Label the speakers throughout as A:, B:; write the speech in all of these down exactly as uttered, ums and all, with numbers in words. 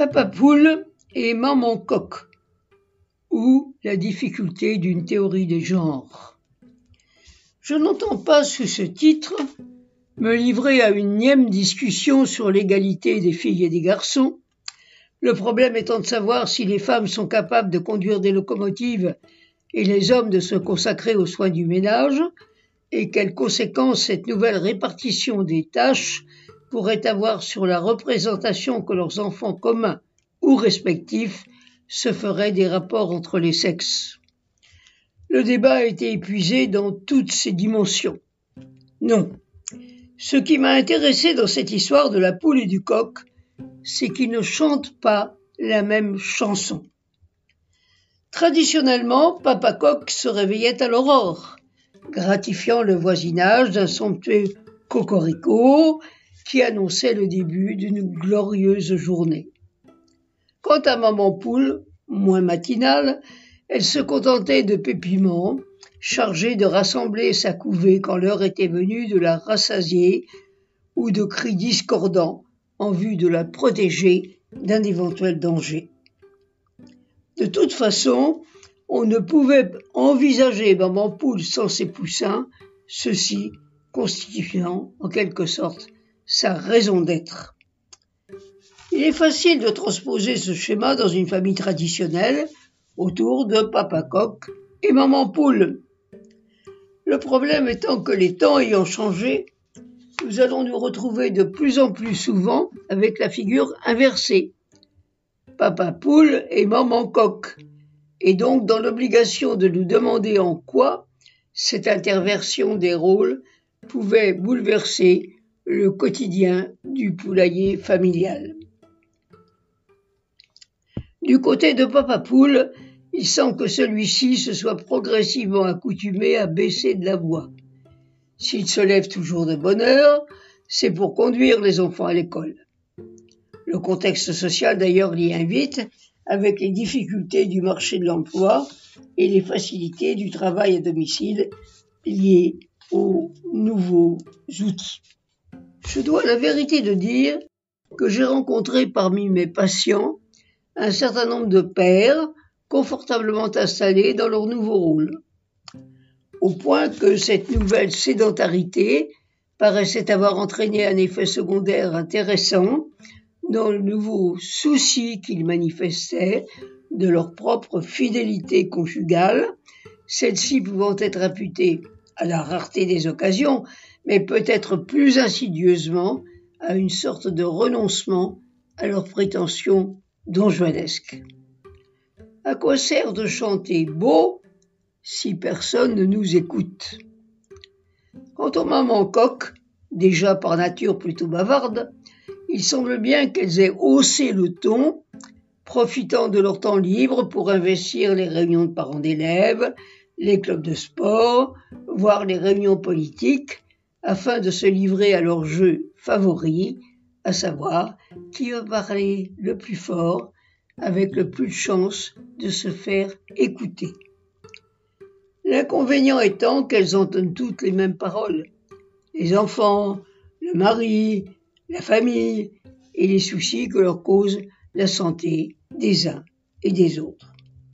A: Papa Poule et Maman Coq, ou la difficulté d'une théorie des genres. Je n'entends pas sous ce titre me livrer à une nième discussion sur l'égalité des filles et des garçons, le problème étant de savoir si les femmes sont capables de conduire des locomotives et les hommes de se consacrer aux soins du ménage, et quelles conséquences cette nouvelle répartition des tâches pourrait avoir sur la représentation que leurs enfants communs ou respectifs se feraient des rapports entre les sexes. Le débat a été épuisé dans toutes ses dimensions. Non. Ce qui m'a intéressé dans cette histoire de la poule et du coq, c'est qu'ils ne chantent pas la même chanson. Traditionnellement, Papa Coq se réveillait à l'aurore, gratifiant le voisinage d'un somptueux cocorico qui annonçait le début d'une glorieuse journée. Quant à Maman Poule, moins matinale, elle se contentait de pépiments, chargée de rassembler sa couvée quand l'heure était venue de la rassasier ou de cris discordants en vue de la protéger d'un éventuel danger. De toute façon, on ne pouvait envisager Maman Poule sans ses poussins, ceux-ci constituant en quelque sorte sa raison d'être. Il est facile de transposer ce schéma dans une famille traditionnelle autour de Papa Coq et Maman Poule. Le problème étant que les temps ayant changé, nous allons nous retrouver de plus en plus souvent avec la figure inversée. Papa Poule et Maman Coq, et donc dans l'obligation de nous demander en quoi cette interversion des rôles pouvait bouleverser le quotidien du poulailler familial. Du côté de Papa Poule, il semble que celui-ci se soit progressivement accoutumé à baisser de la voix. S'il se lève toujours de bonne heure, c'est pour conduire les enfants à l'école. Le contexte social d'ailleurs l'y invite, avec les difficultés du marché de l'emploi et les facilités du travail à domicile liées aux nouveaux outils. Je dois la vérité de dire que j'ai rencontré parmi mes patients un certain nombre de pères confortablement installés dans leur nouveau rôle, au point que cette nouvelle sédentarité paraissait avoir entraîné un effet secondaire intéressant dans le nouveau souci qu'ils manifestaient de leur propre fidélité conjugale, celle-ci pouvant être imputée à la rareté des occasions, mais peut-être plus insidieusement à une sorte de renoncement à leurs prétentions donjuanesques. À quoi sert de chanter beau si personne ne nous écoute? Quant aux mamans coq, déjà par nature plutôt bavardes, il semble bien qu'elles aient haussé le ton, profitant de leur temps libre pour investir les réunions de parents d'élèves, les clubs de sport, voire les réunions politiques, afin de se livrer à leur jeu favori, à savoir qui va parler le plus fort, avec le plus de chances de se faire écouter. L'inconvénient étant qu'elles entonnent toutes les mêmes paroles. Les enfants, le mari, la famille et les soucis que leur cause la santé des uns et des autres.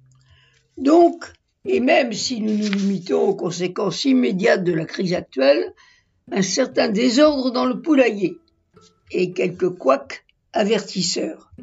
A: Donc, et même si nous nous limitons aux conséquences immédiates de la crise actuelle, un certain désordre dans le poulailler et quelques couacs avertisseurs.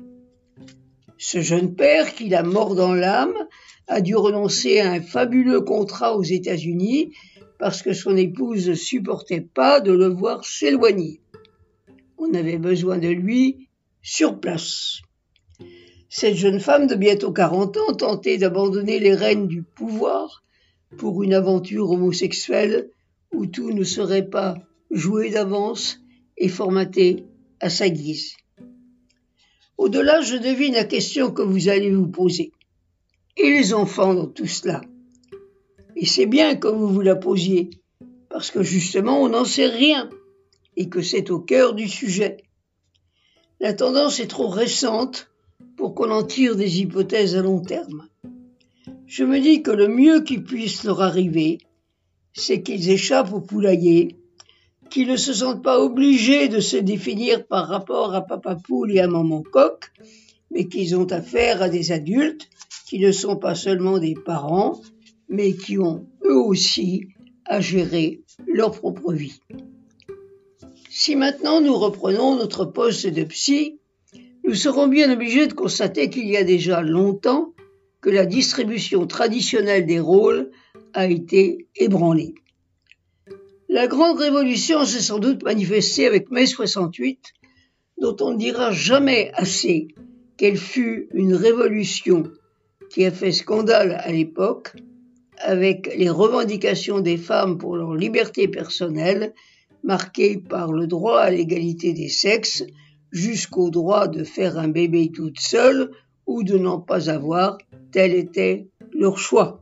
A: Ce jeune père, qui la mort dans l'âme, a dû renoncer à un fabuleux contrat aux États-Unis parce que son épouse ne supportait pas de le voir s'éloigner. On avait besoin de lui sur place. Cette jeune femme de bientôt quarante ans tentait d'abandonner les rênes du pouvoir pour une aventure homosexuelle où tout ne serait pas joué d'avance et formaté à sa guise. Au-delà, je devine la question que vous allez vous poser. Et les enfants dans tout cela? Et c'est bien que vous vous la posiez, parce que justement on n'en sait rien et que c'est au cœur du sujet. La tendance est trop récente pour qu'on en tire des hypothèses à long terme. Je me dis que le mieux qui puisse leur arriver, c'est qu'ils échappent au poulailler, qu'ils ne se sentent pas obligés de se définir par rapport à Papa Poule et à Maman Coq, mais qu'ils ont affaire à des adultes qui ne sont pas seulement des parents, mais qui ont eux aussi à gérer leur propre vie. Si maintenant nous reprenons notre poste de psy, nous serons bien obligés de constater qu'il y a déjà longtemps que la distribution traditionnelle des rôles a été ébranlée. La grande révolution s'est sans doute manifestée avec mai soixante-huit, dont on ne dira jamais assez qu'elle fut une révolution qui a fait scandale à l'époque, avec les revendications des femmes pour leur liberté personnelle, marquées par le droit à l'égalité des sexes, jusqu'au droit de faire un bébé toute seule ou de n'en pas avoir, tel était leur choix.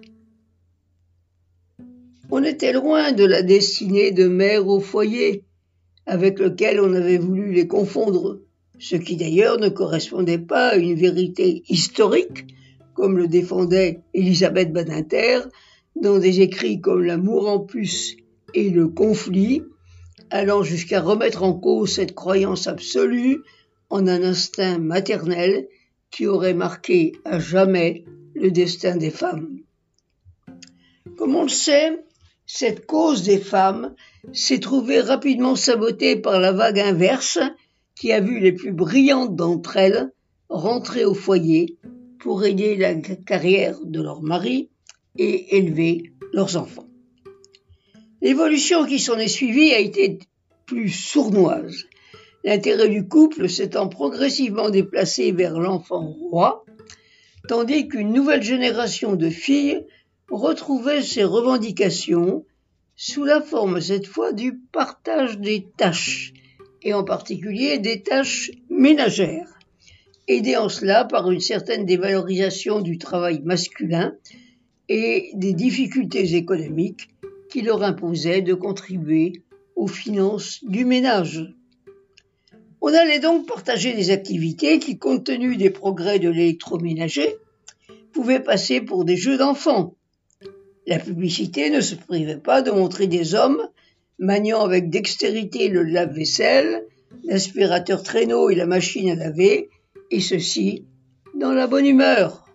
A: On était loin de la destinée de mère au foyer, avec lequel on avait voulu les confondre, ce qui d'ailleurs ne correspondait pas à une vérité historique, comme le défendait Elisabeth Badinter, dans des écrits comme L'amour en puce et Le conflit, allant jusqu'à remettre en cause cette croyance absolue en un instinct maternel qui aurait marqué à jamais le destin des femmes. Comme on le sait, cette cause des femmes s'est trouvée rapidement sabotée par la vague inverse qui a vu les plus brillantes d'entre elles rentrer au foyer pour aider la carrière de leur mari et élever leurs enfants. L'évolution qui s'en est suivie a été plus sournoise, l'intérêt du couple s'étant progressivement déplacé vers l'enfant roi, tandis qu'une nouvelle génération de filles retrouvait ses revendications sous la forme cette fois du partage des tâches, et en particulier des tâches ménagères, aidées en cela par une certaine dévalorisation du travail masculin et des difficultés économiques qui leur imposaient de contribuer aux finances du ménage. On allait donc partager des activités qui, compte tenu des progrès de l'électroménager, pouvaient passer pour des jeux d'enfants. La publicité ne se privait pas de montrer des hommes maniant avec dextérité le lave-vaisselle, l'aspirateur traîneau et la machine à laver, et ceci dans la bonne humeur.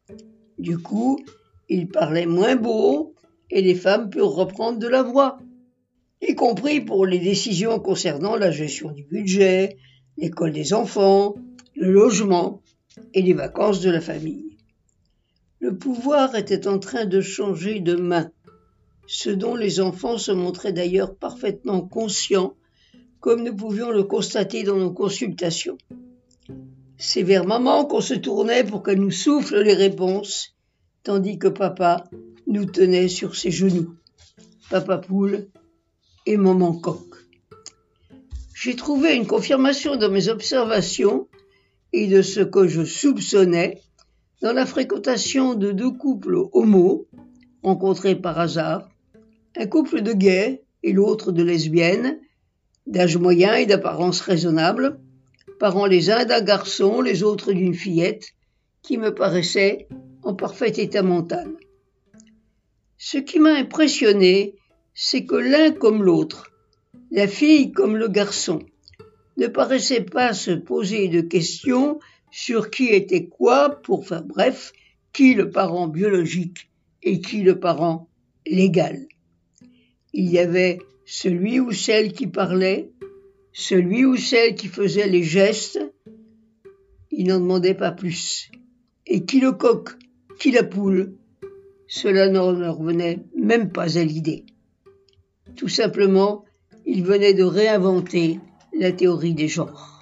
A: Du coup, ils parlaient moins beau et les femmes purent reprendre de la voix, y compris pour les décisions concernant la gestion du budget, l'école des enfants, le logement et les vacances de la famille. Le pouvoir était en train de changer de main, ce dont les enfants se montraient d'ailleurs parfaitement conscients, comme nous pouvions le constater dans nos consultations. C'est vers maman qu'on se tournait pour qu'elle nous souffle les réponses, tandis que papa nous tenait sur ses genoux. Papa poule et maman coq. J'ai trouvé une confirmation dans mes observations et de ce que je soupçonnais dans la fréquentation de deux couples homo rencontrés par hasard, un couple de gays et l'autre de lesbiennes, d'âge moyen et d'apparence raisonnable, parents les uns d'un garçon, les autres d'une fillette, qui me paraissaient en parfait état mental. Ce qui m'a impressionné, c'est que l'un comme l'autre, la fille comme le garçon, ne paraissaient pas se poser de questions sur qui était quoi, pour faire bref, qui le parent biologique et qui le parent légal. Il y avait celui ou celle qui parlait, celui ou celle qui faisait les gestes, il n'en demandait pas plus. Et qui le coq, qui la poule, cela ne leur venait même pas à l'idée. Tout simplement, ils venaient de réinventer la théorie des genres.